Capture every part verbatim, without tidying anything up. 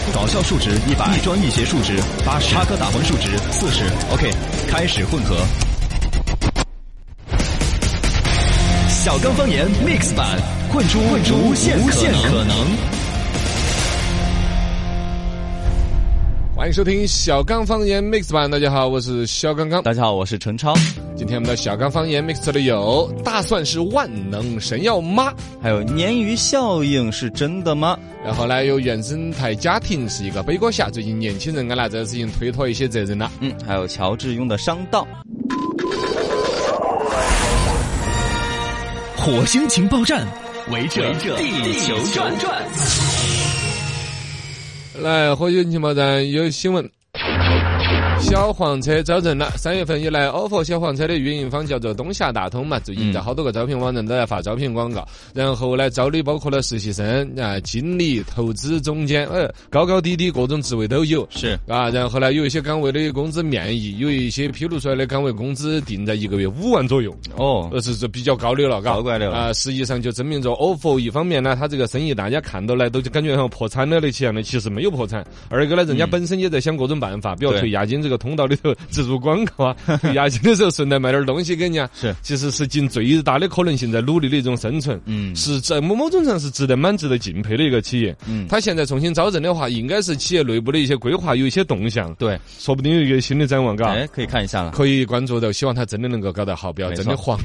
搞笑数值一百，专业学数值八十，插科打诨数值四十。OK， 开始混合。小刚方言 Mix 版，混出混出无限可能。 欢迎收听小刚方言 Mix 版，大家好，我是小刚刚。 大家好，我是陈超。 今天我们的小刚方言 Mix 里有大蒜是万能神药吗？ 还有鲶鱼效应是真的吗？ 然后呢，有原生态家庭是一个背锅侠，最近年轻人啊拿这个事情推脱一些责任了。 嗯，还有乔致庸的商道。 火星情报站，围着地球转。 来，火星情报站有新闻。小黄车招人了，三月份以来 O F O 小黄车的运营方叫做东夏大通嘛，最近在好多个招聘网站都在发招聘广告，然后呢招的包括了实习生啊、经理、投资总监，呃，高高低低各种职位都有， 是啊，然后呢有一些岗位的工资面议，有一些披露出来的岗位工资定在一个月五万左右， 哦， 这是这比较高的了， 高怪的了啊，实际上就证明着 O F O 一方面呢，他这个生意大家看到来都就感觉像破产了的一样的，其实没有破产，二一个呢，人家本身也在想各种办法，比如推押金这个通道里头植入广告啊，推押金的时候顺带卖点东西给人家， 是， 其实是尽最大的可能性在努力的一种生存， 嗯， 是在某某种上是值得蛮值得敬佩的一个企业， 嗯， 他现在重新招人的话，应该是企业内部的一些规划有一些动向， 对， 说不定有一个新的展望，嘎， 哎，可以看一下了， 可以关注的，希望他真的能够搞得好，不要真的黄。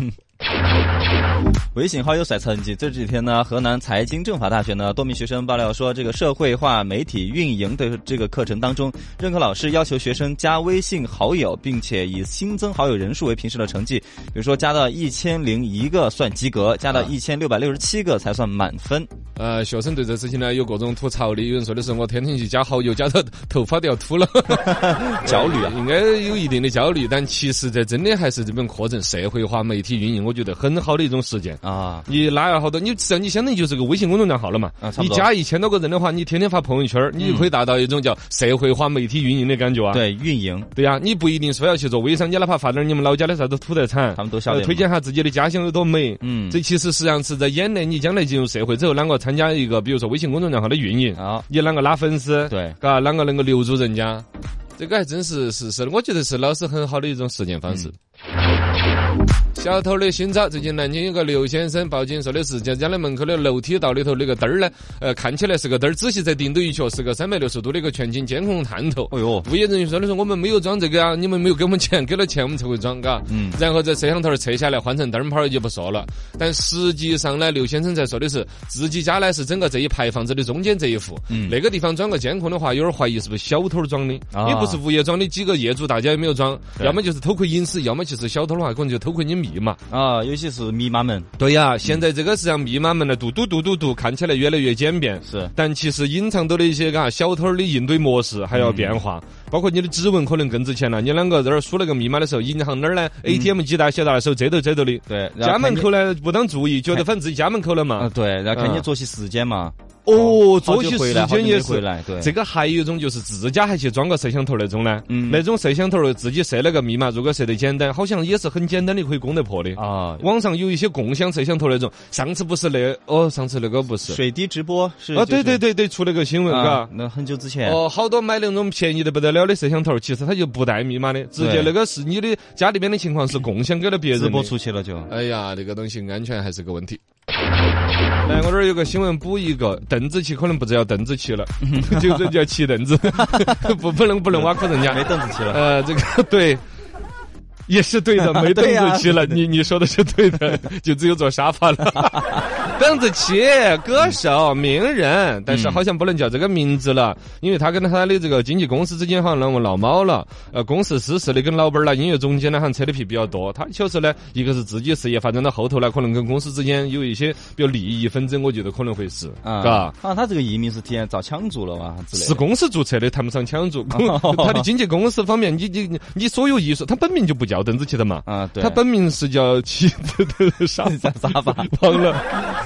微信好友晒成绩，这几天呢，河南财经政法大学呢，多名学生爆料说，这个社会化媒体运营的这个课程当中，任课老师要求学生加微信好友，并且以新增好友人数为平时的成绩，比如说加到一千零一个算及格，加到一千六百六十七个才算满分。 呃，学生对这事情呢有各种吐槽的，有人说的是我天天去加好友，加到头发都要秃了， 焦虑啊， 应该有一定的焦虑，但其实这真的还是这本课程社会化媒体运营，我觉得很好的一种实践啊。 你拉了好多，你只要你相当于就是个微信公众账号了嘛， 啊， 你加一千多个人的话，你天天发朋友圈，你就可以达到一种叫社会化媒体运营的感觉啊。 对，运营， 对呀、啊，你不一定非要去做微商，你哪怕发点你们老家的啥子土特产， 他们都晓得， 推荐下自己的家乡有多美。 嗯， 这其实实际上是在演练你将来进入社会之后，啷个参加一个比如说微信公众账号的运营啊， 你啷个拉粉丝， 对， 嘎，啷个能够留住人家，这个还真是是是，我觉得是老师很好的一种实践方式。嗯，小偷的新招，最近南京有个刘先生报警说的是家家的门口的楼梯道里头那个灯儿呢，呃，看起来是个灯儿，仔细再定都一瞧是个三百六十度的一个全景监控探头。 哎呦， 物业人员说的是我们没有装这个啊，你们没有给我们钱，给了钱我们才会装，嘎。 嗯， 然后在摄像头拆下来换成灯泡就不说了，但实际上呢，刘先生在说的是自己家呢是整个这一排房子的中间这一户，嗯，那个地方装个监控的话，有点怀疑是不是小偷装的， 啊， 也不是物业装的，几个业主大家也没有装，要么就是偷窥隐私，要么就是小偷的话可能就偷窥你密码啊，尤其是密码门。 对呀、啊，现在这个实际上密码门呢，嘟嘟嘟嘟嘟，看起来越来越简便， 是， 但其实隐藏到的一些嘎小偷的应对模式还要变化，嗯，包括你的指纹可能更值钱了。你啷个在这儿输了个密码的时候，银行那儿呢 A T M 机大小大的时候遮都遮到的。 对， 家门口呢不当注意，觉得反正自己家门口了嘛。 啊，对，然后看你作息时间嘛。 哦，作息时间也是。对， 这个还有一种就是自家还去装个摄像头那种呢。嗯，那种摄像头自己设了个密码，如果设得简单，好像也是很简单的可以攻得破的啊。 网上有一些共享摄像头那种，上次不是那哦，上次那个不是水滴直播是啊，对对对对，出了个新闻，嘎、 啊，那很久之前哦，好多买那种便宜的不得了的摄像头，其实它就不带密码的，直接那个是你的家里边的情况是共享给了别人的， 直播出去了就。 哎呀，这个东西安全还是个问题。来，我这儿有个新闻补一个，邓紫棋可能不只要邓紫棋了，就这叫骑凳子，不不能不能挖苦人家， 没凳子骑了。 呃，这个对。也是对的，没凳子骑了，你你说的是对的，就只有坐沙发了。邓紫棋，歌手、名人，但是好像不能叫这个名字了，因为他跟他的这个经纪公司之间好像闹闹猫了。呃，公司私事的跟老板啦、音乐总监呢，好像扯的皮比较多。他确实呢，一个是自己事业发展到后头呢，可能跟公司之间有一些比如利益纷争，我觉得可能会是， 啊， 嘎。 啊，他这个艺名是提前遭抢注了哇之类的。 是公司注册的，谈不上抢注。他的经纪公司方面，你你你所有艺术，他本名就不叫邓紫棋的嘛。 啊，对。 他本名是叫妻子的沙沙发， 忘了。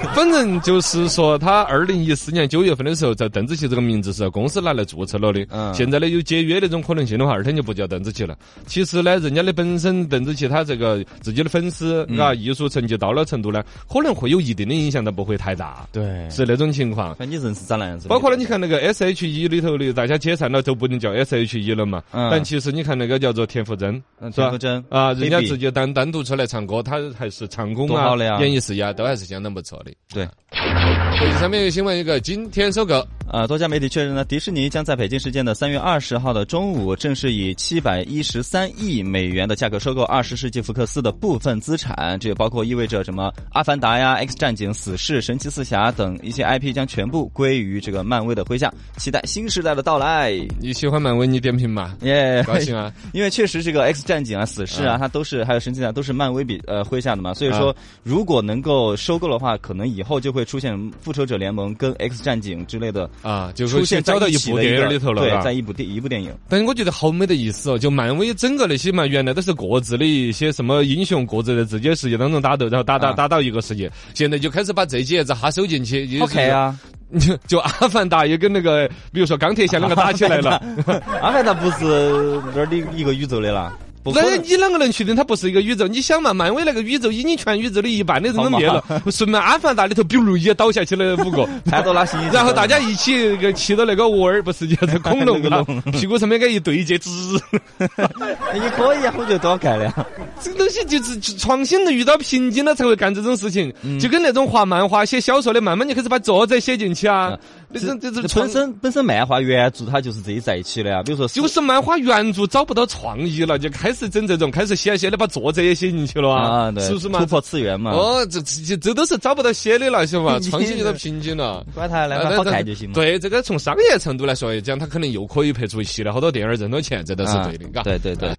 反正就是说，他二零一四年九月份的时候，在邓紫棋这个名字是公司拿来注册了的。 嗯， 现在呢有解约那种可能性的话，二天就不叫邓紫棋了。其实呢，人家的本身邓紫棋她这个自己的粉丝，啊、嗯，艺术成绩到了程度呢，可能会有一定的影响，但不会太大。 对， 是那种情况。 那你认识咋那样子？ 包括呢，你看那个 S H E 里头的，大家解散了就不能叫 S H E 了嘛。 嗯。 但其实你看那个叫做田馥甄， 嗯、田馥甄啊，人家直接单单独出来唱歌，他还是唱功啊、演艺事业啊，都还是相当不错的。 对。 手机上面有新闻，一个今天收购。 啊，多家媒体确认呢，迪士尼将在北京时间的三月二十号的中午正式以七百一十三亿美元的价格收购二十世纪福克斯的部分资产，这也包括意味着什么阿凡达呀、X 战警、死侍、神奇四侠等一些 I P 将全部归于这个漫威的麾下，期待新时代的到来。 你喜欢漫威，你点评嘛？ 耶、yeah ， 高兴啊！ 因为确实这个 X 战警啊、死侍啊，它都是还有神奇四侠都是漫威比呃麾下的嘛，所以说如果能够收购的话，可能以后就会出现复仇者联盟跟 X 战警之类的啊，就会现交到一部电影里头了， 对，在一部电一部电影。 但是我觉得好没得意思哦，就漫威整个那些嘛，原来都是各自的一些什么英雄，各自在自己的世界当中打斗，然后打打打到一个世界，现在就开始把这几爷子哈收进去。 好看啊！ 就就阿凡达也跟那个，比如说钢铁侠两个打起来了。 阿凡达不是那儿的一个宇宙的啦。 那你啷个能确定它不是一个宇宙？你想嘛，漫威那个宇宙已经全宇宙的一半的人都灭了，顺便阿凡达里头比如也倒下去了五个， 潘多拉星， 然后大家一起那个骑到那个窝儿，不是叫做恐龙啊，屁股上面给一对接，吱。 也可以啊，我觉得多好看的。 这个东西就是创新的，遇到瓶颈了才会干这种事情，嗯、就跟那种画漫画、写小说的，慢慢就开始把作者写进去啊。嗯这这这本身本身漫画原著它就是自己在一起的呀，比如说就是漫画原著找不到创意了，就开始整这种，开始写写的把作者也写进去了啊， 对， 是不是嘛？ 突破次元嘛。 哦，这这这都是找不到写的了，是吧？创新遇到瓶颈了， 管它来好看就行嘛。 对，这个从商业程度来说，讲它可能又可以拍出一系列好多电影挣到钱，这都是对的，嘎、 啊。对对对。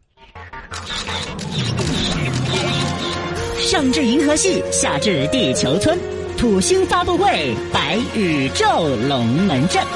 上至银河系，下至地球村。土星发布会，摆宇宙龙门阵。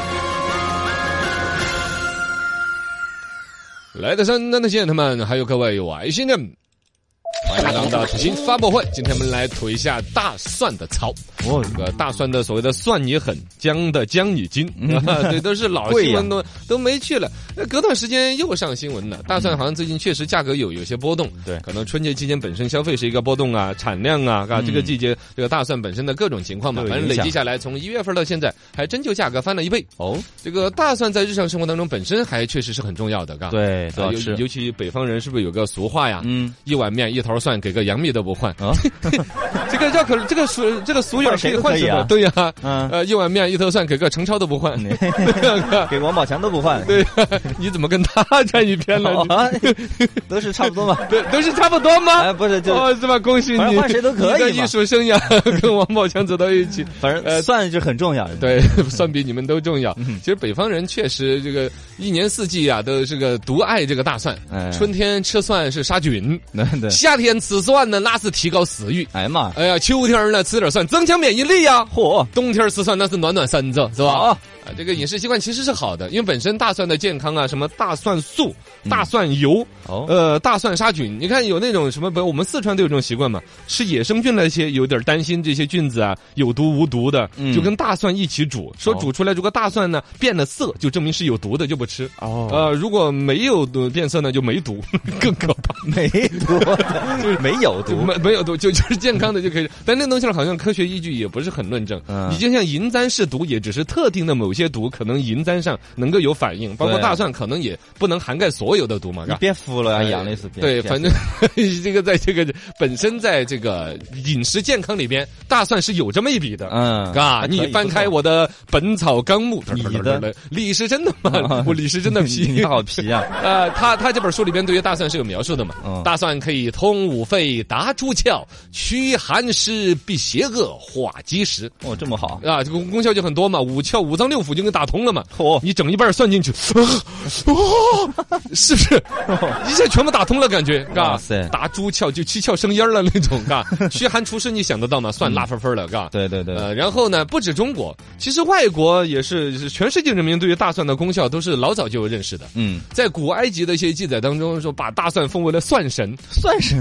来的山南的县，他们还有各位外星人。欢迎来到我们的土星发布会，今天我们来吐一下大蒜的槽。哦，这个大蒜的所谓的蒜你狠，姜的姜你精，啊，这都是老新闻都都没去了。隔段时间又上新闻了，大蒜好像最近确实价格有有些波动。 对， 可能春节期间本身消费是一个波动啊，产量啊，啊，这个季节这个大蒜本身的各种情况嘛，反正累积下来，从一月份到现在，还真就价格翻了一倍。哦，这个大蒜在日常生活当中本身还确实是很重要的，嘎。 对， 尤尤其北方人是不是有个俗话呀？嗯，一碗面一头蒜，给个洋米都不换。啊，这个绕口，这个俗这个俗语可以换什么？对呀，嗯，呃，一碗面一头蒜，给个陈超都不换， 给王宝强都不换。 对，你怎么跟他站一边了？ 都是差不多嘛？ 对，都是差不多吗？ 哎，不是，就哦，是吧？恭喜你， 换谁都可以。 你的艺术生涯跟王宝强走到一起， 反正呃，蒜是很重要的。 对，蒜比你们都重要。其实北方人确实这个一年四季啊，都是个独爱这个大蒜。春天吃蒜是杀菌，夏天吃蒜呢，那是提高食欲。 哎妈， 哎呀，秋天呢吃点蒜增强免疫力呀。 嚯， 冬天吃蒜那是暖暖身子，是吧？啊，这个饮食习惯其实是好的，因为本身大蒜的健康啊，什么大蒜素、大蒜油，嗯、呃，大蒜杀菌。你看有那种什么，我们四川都有这种习惯嘛，吃野生菌那些有点担心这些菌子啊有毒无毒的，嗯、就跟大蒜一起煮，说煮出来如果大蒜呢变了色，就证明是有毒的，就不吃。哦，呃，如果没有变色呢，就没毒，更可怕。 没毒就是没有毒， 没没有毒就就是健康的就可以。但那东西好像科学依据也不是很论证。嗯，你就像银簪是毒，也只是特定的某些毒可能银簪上能够有反应，包括大蒜可能也不能涵盖所有的毒嘛。 你别服了一样的是。 对，反正这个在这个本身在这个饮食健康里边，大蒜是有这么一笔的。嗯，啊，你翻开我的《本草纲目》， 你的李时珍的嘛，我李时珍的皮， 你好皮啊！ 呃，他他这本书里边对于大蒜是有描述的嘛。嗯，大蒜可以通五肺、达诸窍、驱寒湿、避邪恶、化积食。 哦，这么好啊！这个功效就很多嘛，五窍、五脏六腑就给打通了嘛。哦，你整一半算进去，哦，是不是一下全部打通了？感觉，嘎，达诸窍就七窍生烟了那种，嘎，驱寒除湿你想得到吗？蒜辣分分的，嘎， 对对对。 呃，然后呢，不止中国，其实外国也是，全世界人民对于大蒜的功效都是老早就有认识的。嗯，在古埃及的一些记载当中说，把大蒜封为了蒜神， 蒜神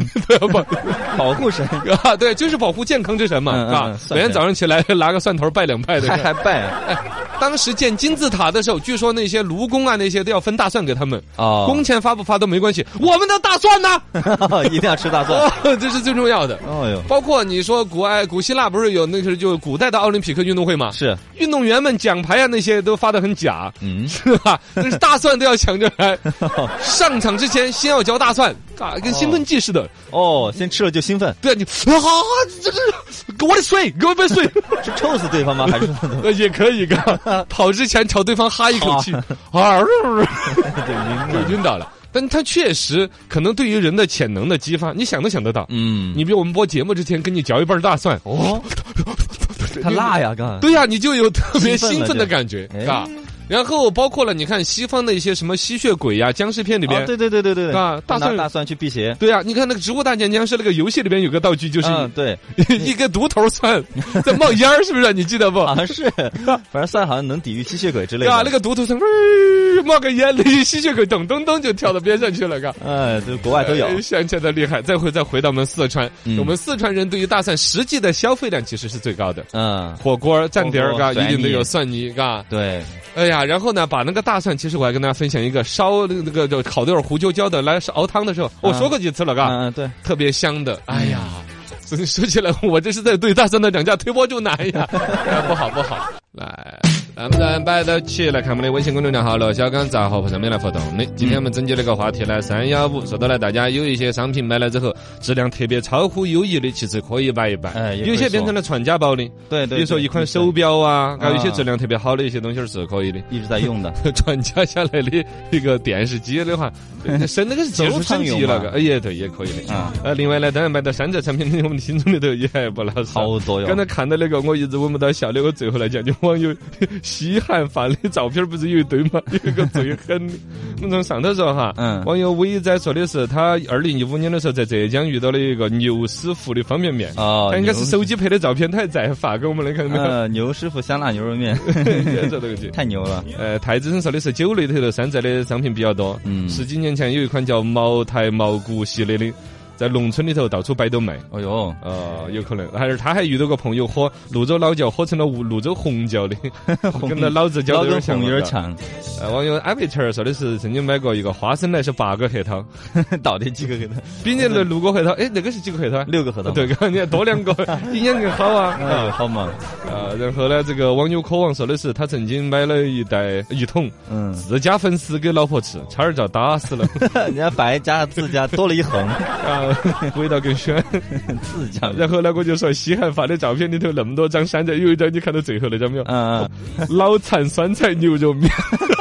对保保护神啊，对，就是保护健康之神嘛， 嗯嗯啊， 嗯每天早上起来拿个蒜头拜两拜的， 还还拜啊？ 哎，当时建金字塔的时候，据说那些卢工啊那些都要分大蒜给他们， 哦， 工钱发不发都没关系，我们的大蒜呢？ 一定要吃大蒜。 哦，这是最重要的。 哦哟， 包括你说古埃古希腊不是有那个就古代的奥林匹克运动会吗？ 是运动员们奖牌啊那些都发得很假， 嗯， 是吧？但是大蒜都要抢着来，上场之前先要嚼大蒜，啊，跟兴奋剂似的。 哦，先吃了就兴奋， 对你啊，这这给我的水，给我杯水， 是臭死对方吗？还是呃也可以噶，跑之前朝对方哈一口气，啊， 对晕了？ 就晕倒了。但它确实可能对于人的潜能的激发，你想都想得到。 嗯， 你比如我们播节目之前跟你嚼一瓣大蒜， 哦，它辣呀，刚对呀、你就有特别兴奋的兴奋了感觉， 哎啊。然后包括了你看西方的一些什么吸血鬼呀、僵尸片里边， 啊，对对对对对， 啊大蒜拿大蒜去辟邪。 对啊，你看那个《植物大战僵尸》那个游戏里边有个道具，就是嗯，对， 一个独头蒜在冒烟儿，是不是？你记得不？ 好像是，反正蒜好像能抵御吸血鬼之类的。 啊，那个独头蒜，呃冒个烟，那吸血鬼咚咚咚就跳到边上去了，嘎。 哎，这国外都有。 哎想起来的厉害。再回再回到我们四川， 嗯我们四川人对于大蒜实际的消费量其实是最高的。 嗯， 火锅蘸碟儿，嘎， 火锅一定得有蒜蒜泥，嘎。 对， 哎呀，然后呢，把那个大蒜，其实我还跟大家分享一个烧那个那个就烤点儿胡椒椒的来熬汤的时候，我说过几次了，嘎， 嗯，对， 特别香的。哎呀，所以说起来，我这是在对大蒜的涨价推波助澜呀，哎不好不好。来，咱们再摆到起来看我们的微信公众账号“罗小刚杂货铺”上面来互动的。今天我们征集了个话题来三幺五，说到了大家有一些商品买了之后质量特别超乎友谊的，其实可以摆一摆。 哎也可以有些变成了传家宝的， 对对， 比如说对一款手表啊，还有一些啊质量特别好的一些东西是可以的。 一直在用的。 传家下来的一个电视机的话，升那个是技术升级了个，哎呀对，也可以的。 啊， 呃，另外呢，当然买到山寨产品，我们的听众里头也还不老少。 好多哟。 刚才看到那个，我一直闻不到笑的，我最后来讲，就网友西汉发的照片不是有一堆吗？有一个最狠的，我们从上头说哈， 嗯网友伟仔说的是他二零一五年的时候在浙江遇到了一个牛师傅的方便面， 哦， 他应该是手机拍的照片，他还在发给我们的，看到没有？ 呃，牛师傅香辣牛肉面， 也说这个句。 太牛了。 呃，太子生说的是酒类头的山寨的商品比较多。 嗯十几年前有一款叫茅台毛骨系列的，在农村里头到处摆都卖。 哦哟， 呃，有可能，还是他还遇到个朋友喝泸州老窖，喝成了泸州红窖的，跟那老子窖老跟有点像。 红有点强。 呃，网友安维特儿说的是曾经买过一个花生奶是八个核桃， 到底几个核桃？ 比你的六个核桃，哎，那个是几个核桃？ 六个核桃。 对，你看多两个，营养更好啊。 哎，好嘛。 啊，然后呢，这个网友渴望说的是他曾经买了一袋一桶， 嗯， 自家粉丝给老婆吃，差点遭打死了。 人家白加自家多了一横， 啊，味道更鲜。 自家。 然后呢，我就说西汉发的照片里头那么多张山寨，有一张你看到最后那张没有？ 嗯嗯，老残酸菜牛肉面。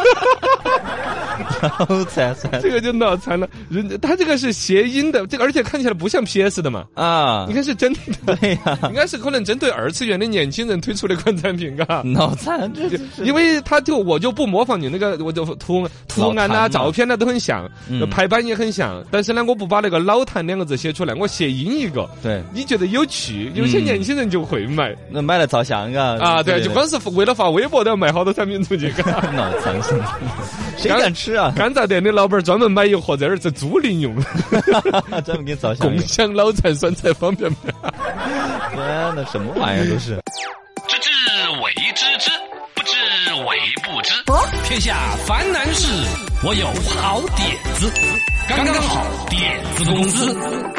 好惨惨这个就脑残了。人他这个是谐音的，这个而且看起来不像 P S 的嘛。 啊！ 你看是真的， 对呀， 应该是可能针对二次元的年轻人推出的一款产品，嘎。 脑残，这是因为他就我就不模仿你那个，我就图图案啊、照片啊都很像， 嗯排版也很像，但是呢，我不把那个“老坛”两个字写出来，我谐音一个。 对， 你觉得有趣，有些年轻人就会买。 那买了照相啊啊，对，就光是为了发微博都要卖好多产品出去，嘎。 脑残是，谁敢吃啊？ 干炸店的老板专门买一盒在这儿做租赁用， 专门给你照相共享老残酸菜方便面。 天哪，什么玩意儿都是。 知之为知之，不知为不知。天下凡难事，我有好点子，刚刚好点子公司。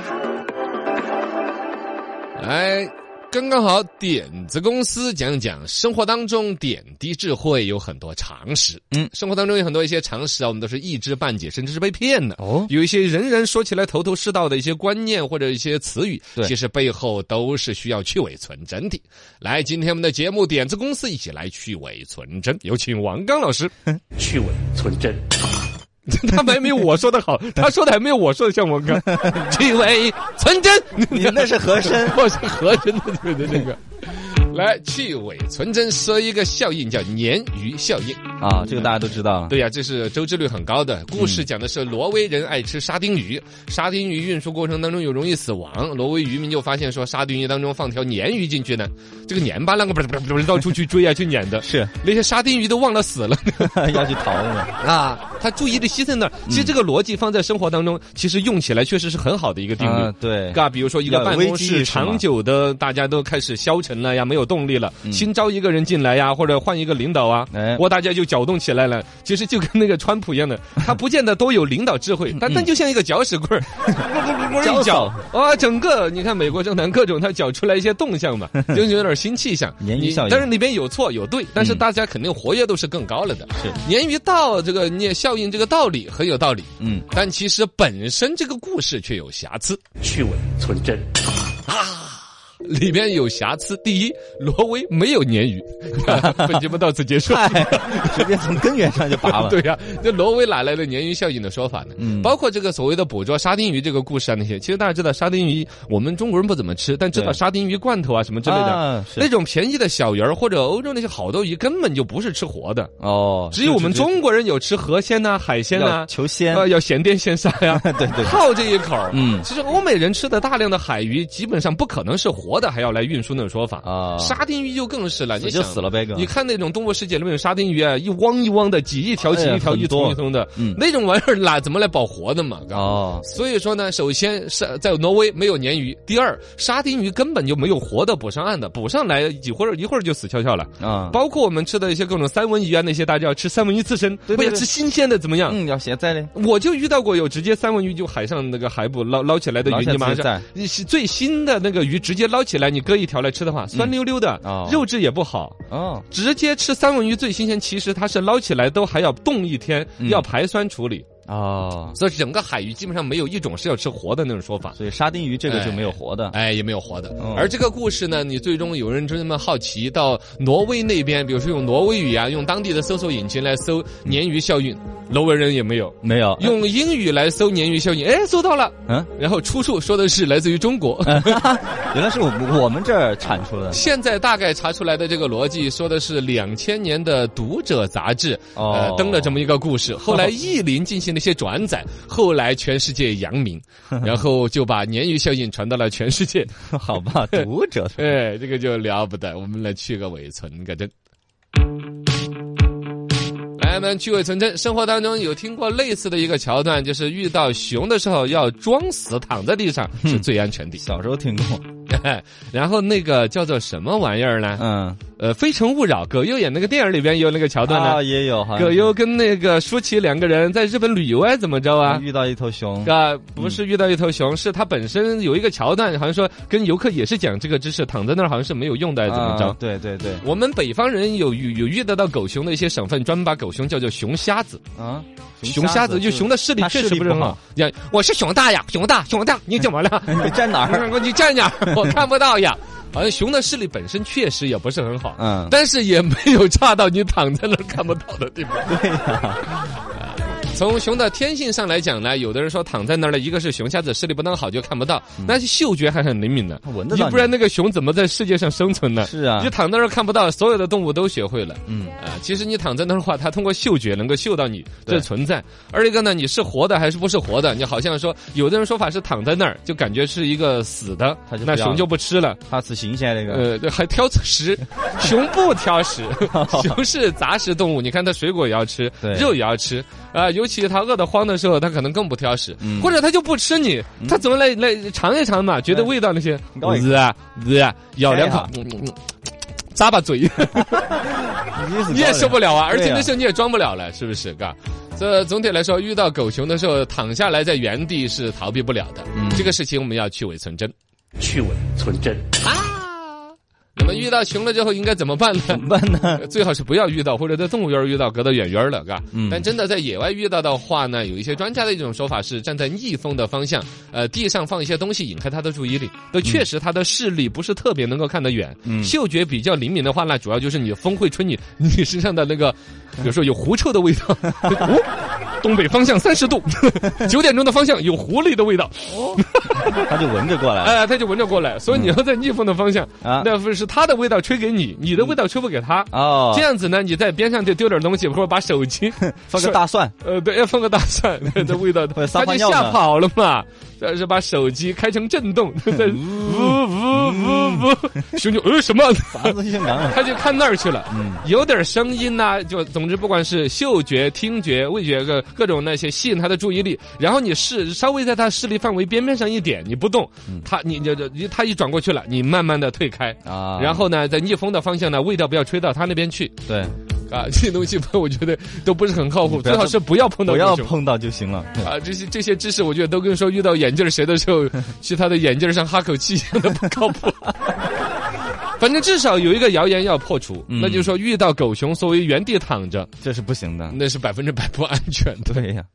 来，刚刚好，点子公司讲讲生活当中点滴智慧有很多常识。 嗯， 生活当中有很多一些常识啊，我们都是一知半解，甚至是被骗的。 哦， 有一些人人说起来头头是道的一些观念或者一些词语， 对其实背后都是需要去伪存真的。来，今天我们的节目点子公司一起来去伪存真，有请王刚老师。 去伪存真。 他们还没有我说的好，他说的还没有我说的像王刚。去伪存真， 你那是和珅， 我是和珅的对的这个。来，去伪存真说一个效应叫鲶鱼效应啊，这个大家都知道。 对呀、啊，这是周知率很高的故事，讲的是挪威人爱吃沙丁鱼，沙丁鱼运输过程当中又容易死亡，挪威渔民就发现说沙丁鱼当中放条鲶鱼进去呢，这个鲶巴啷个不是不是不是到处去追啊去撵的， 是那些沙丁鱼都忘了死了要去逃了啊。 他注意力吸在那儿。其实这个逻辑放在生活当中，其实用起来确实是很好的一个定律。 啊、对， 嘎，比如说一个办公室长久的大家都开始消沉了呀，没有动力了，嗯、新招一个人进来呀，或者换一个领导啊，哎、我大家就搅动起来了。其实就跟那个川普一样的，他不见得都有领导智慧，但但就像一个搅屎棍儿，一搅啊，整个你看美国政坛各种他搅出来一些动向嘛，就有点新气象。 鲶鱼效应， 但是里边有错有对，但是大家肯定活跃度是更高了的。是鲶鱼道这个你效应这个道理很有道理，嗯，但其实本身这个故事却有瑕疵。 去伪存真啊。里面有瑕疵。第一，挪威没有鲶鱼。本节目到此结束， 直接从根源上就拔了。 对呀、啊，这挪威哪来的鲶鱼效应的说法呢？嗯，包括这个所谓的捕捉沙丁鱼这个故事啊，那些其实大家知道沙丁鱼，我们中国人不怎么吃，但知道沙丁鱼罐头啊什么之类的，啊、那种便宜的小鱼儿或者欧洲那些好多鱼根本就不是吃活的哦，只有我们中国人有吃河鲜呐、啊、海鲜呐、啊， 求鲜， 呃，要咸电咸杀呀， 对对， 靠这一口。嗯，其实欧美人吃的大量的海鱼，基本上不可能是活的，还要来运输那种说法啊。沙丁鱼就更是了，你就死了呗。 你看那种动物世界里面有沙丁鱼啊，一汪一汪的，几一条几一条，一丛一丛的，嗯，那种玩意儿哪怎么来保活的嘛？哦，所以说呢，首先是在挪威没有鲶鱼，第二，沙丁鱼根本就没有活的捕上岸的，捕上来一会儿一会儿就死翘翘了啊。包括我们吃的一些各种三文鱼啊，那些大家要吃三文鱼刺身，不要吃新鲜的怎么样？ 嗯，要咸菜的。 我就遇到过有直接三文鱼就海上那个海捕捞捞起来的鱼，你马上最新的那个鱼直接捞起来，你割一条来吃的话，酸溜溜的，嗯、肉质也不好哦。直接吃三文鱼最新鲜，其实它是捞起来都还要冻一天，嗯、要排酸处理。哦，所以整个海鱼基本上没有一种是要吃活的那种说法， 所以沙丁鱼这个就没有活的， 哎，哎也没有活的。嗯、而这个故事呢，你最终有人这么好奇，到挪威那边，比如说用挪威语啊，用当地的搜索引擎来搜鲶鱼效应，挪威人也没有， 没有用英语来搜鲶鱼效应，哎，搜到了，嗯，然后出处说的是来自于中国， 原来是我们我们这儿产出的。 现在大概查出来的这个逻辑说的是两千年的《读者》杂志，哦、呃，登了这么一个故事，后来译林进行了一些转载。后来全世界扬名，然后就把鲶鱼效应传到了全世界。 好吧，读者， 哎，这个就了不得。我们来去个伪存个真。来，我们去伪存真。生活当中有听过类似的一个桥段，就是遇到熊的时候要装死躺在地上是最安全的。 小时候听过。 然后那个叫做什么玩意儿呢？嗯，呃，《非诚勿扰》，葛优演那个电影里边也有那个桥段呢， 啊，也有。 葛优跟那个舒淇两个人在日本旅游啊，怎么着啊？ 遇到一头熊啊，不是遇到一头熊，嗯、是他本身有一个桥段，好像说跟游客也是讲这个知识，躺在那儿好像是没有用的，怎么着？ 啊、对对对， 我们北方人有有遇得到狗熊的一些省份，专门把狗熊叫做熊瞎子啊。熊瞎子就熊的视力确实不是很好。呀，我是熊大呀，熊大，熊大，你怎么了？ 你站哪儿？ 你站哪儿？我看不到呀。好像熊的视力本身确实也不是很好，嗯，但是也没有差到你躺在那儿看不到的地方。 对呀。 从熊的天性上来讲呢，有的人说躺在那儿呢，一个是熊瞎子视力不能好就看不到，嗯、但是嗅觉还很灵敏的， 闻得到你， 不然那个熊怎么在世界上生存呢？ 是啊， 你躺在那儿看不到，所有的动物都学会了。嗯啊，其实你躺在那儿的话，它通过嗅觉能够嗅到你这存在。而一个呢，你是活的还是不是活的？你好像说，有的人说法是躺在那儿就感觉是一个死的，那熊就不吃了， 它吃新鲜那个。 呃，还挑食，熊不挑食，熊是杂食动物。你看它水果也要吃，肉也要吃啊、呃，尤其它饿得慌的时候，它可能更不挑食，嗯、或者它就不吃你，它怎么来来尝一尝嘛？觉得味道那些，日啊日啊，咬两口，咂巴嘴，你也受不了啊！而且那时候你也装不了了，是不是？嘎，这总体来说，遇到狗熊的时候，躺下来在原地是逃避不了的。嗯、这个事情我们要去伪存真， 去伪存真啊。 那么遇到熊了之后应该怎么办呢？ 怎么办呢？ 最好是不要遇到，或者在动物园遇到，隔得远远的，嘎。嗯。但真的在野外遇到的话呢，有一些专家的一种说法是站在逆风的方向，呃，地上放一些东西引开它的注意力。那确实它的视力不是特别能够看得远，嗯、嗅觉比较灵敏的话呢，主要就是你风会吹你你身上的那个，比如说有狐臭的味道。哦，东北方向三十度，九点钟的方向有狐狸的味道。哦， 它就闻着过来了。 哎，它就闻着过来，所以你要在逆风的方向啊， 那不是它的味道吹给你，你的味道吹不给它。 哦， 这样子呢，你在边上就丢点东西，或者把手机放个大蒜， 呃，对，要放个大蒜，这味道它就吓跑了嘛。但是把手机开成震动，在呜呜呜呜，熊就呃什么？ 啥子香港？ 他就看那儿去了。嗯，有点声音呐、啊，就总之不管是嗅觉、听觉、味觉各各种那些吸引他的注意力，然后你视稍微在他视力范围边边上一点，你不动，嗯、他你就他一转过去了，你慢慢的退开啊，然后呢，在逆风的方向呢，味道不要吹到他那边去。 对。 啊，这些东西我觉得都不是很靠谱，最好是不要碰到， 不要碰到就行了。 啊，这些这些知识，我觉得都跟说遇到眼镜蛇的时候，去他的眼镜上哈口气一样的不靠谱。反正至少有一个谣言要破除，嗯、那就是说遇到狗熊作为原地躺着， 这是不行的， 那是百分之百不安全的。 对呀。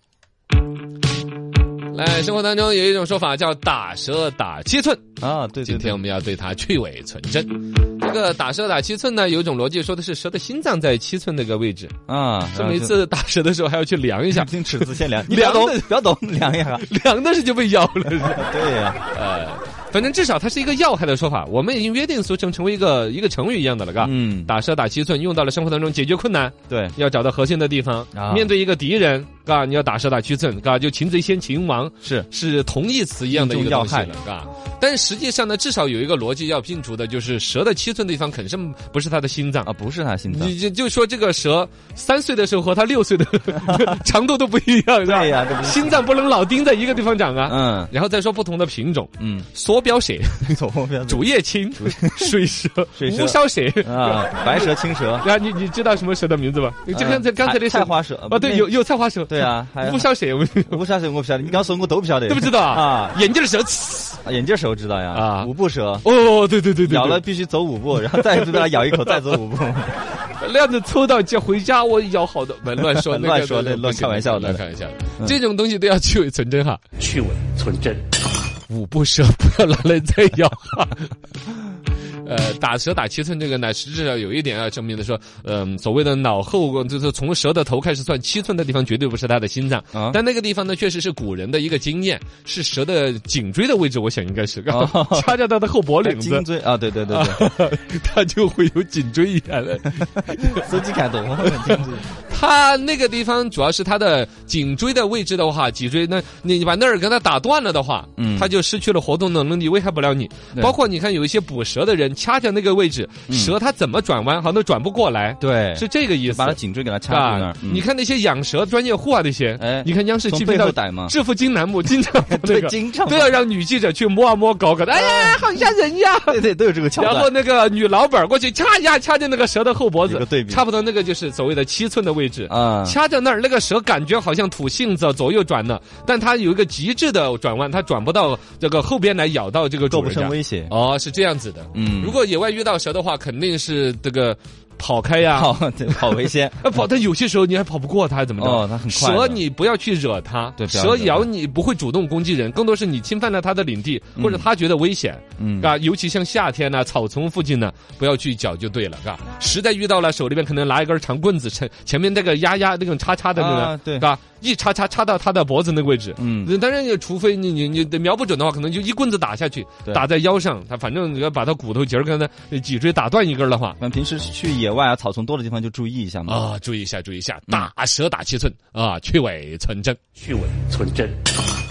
来，生活当中有一种说法叫打蛇打七寸啊，对对对， 今天我们要对它去伪存真。这个打蛇打七寸呢，有一种逻辑说的是蛇的心脏在七寸那个位置啊，是每次打蛇的时候还要去量一下， 用尺子先量，你不要动，不要动，量一下， 量的是就被咬了。 对呀、啊， 呃。反正至少它是一个要害的说法，我们已经约定俗成，成为一个一个成语一样的了，嘎。嗯，打蛇打七寸用到了生活当中解决困难， 对， 要找到核心的地方，啊、面对一个敌人，嘎，你要打蛇打七寸，嘎，就擒贼先擒王， 是是同义词一样的一个东西了，嘎。但实际上呢，至少有一个逻辑要摒除的，就是蛇的七寸的地方肯定不是它的心脏啊，不是它心脏。 你就就说这个蛇三岁的时候和它六岁的长度都不一样， 对呀、 啊，心脏不能老盯在一个地方长啊。 嗯， 然后再说不同的品种，嗯，梭镖蛇。主叶青、水蛇、乌梢蛇啊，白蛇、青蛇。 然后你你知道什么蛇的名字吗？你就刚才刚才的菜花蛇啊，对，有有菜花蛇。 对啊， 乌梢蛇， 乌梢蛇我不晓得，你刚说我都不晓得， 都不知道啊？眼镜蛇， 眼镜蛇我知道呀啊，五步蛇。 哦，对对对对， 咬了必须走五步，然后再被它咬一口，再走五步。 那样子抽到接回家，我咬好的，乱说乱说乱开玩笑的， 开玩笑的，这种东西都要去伪存真哈， 去伪存真。 五步蛇不要拿来再咬哈。呃，打蛇打七寸这个呢，实质上有一点要证明的说，嗯、呃，所谓的脑后就是从蛇的头开始算，七寸的地方绝对不是它的心脏，啊、但那个地方呢，确实是古人的一个经验，是蛇的颈椎的位置，我想应该是，哦、掐着它的后脖领子， 颈椎啊，对对对对， 啊、它就会有颈椎一样的， 手机看懂， 它那个地方主要是它的颈椎的位置的话，脊椎那你把那儿给它打断了的话，嗯，它就失去了活动的能力，危害不了你。包括你看有一些捕蛇的人。掐着那个位置，蛇它怎么转弯，好像都转不过来。 对， 是这个意思。 把它颈椎给它掐住那儿。 你看那些养蛇专业户啊，那些，哎，你看央视记不到致富经栏目，经常那个， 经常都要让女记者去摸啊摸搞搞的。哎呀，好吓人呀！ 对对，都有这个桥段。 然后那个女老板过去掐一下，掐着那个蛇的后脖子， 对比， 差不多那个就是所谓的七寸的位置啊。掐着那儿，那个蛇感觉好像吐信子左右转呢，但它有一个极致的转弯，它转不到这个后边来咬到这个主人， 构不成威胁。 哦，是这样子的。嗯，如果野外遇到蛇的话，肯定是这个跑开呀， 跑跑为先。 跑，但有些时候你还跑不过它，怎么着？ 哦，它很快。 蛇你不要去惹它，对，蛇咬你不会主动攻击人，更多是你侵犯了它的领地，或者它觉得危险。嗯，啊，尤其像夏天呢，草丛附近呢，不要去搅就对了，嘎。实在遇到了，手里边可能拿一根长棍子，前前面那个压压那种叉叉的那个， 对， 嘎。一插插插到他的脖子那个位置，嗯，当然也除非你你你瞄不准的话，可能就一棍子打下去，打在腰上，他反正你要把他骨头节儿跟他脊椎打断一根的话， 那平时去野外啊草丛多的地方就注意一下嘛， 啊，注意一下，注意一下，打蛇打七寸啊，去伪存真， 去伪存真。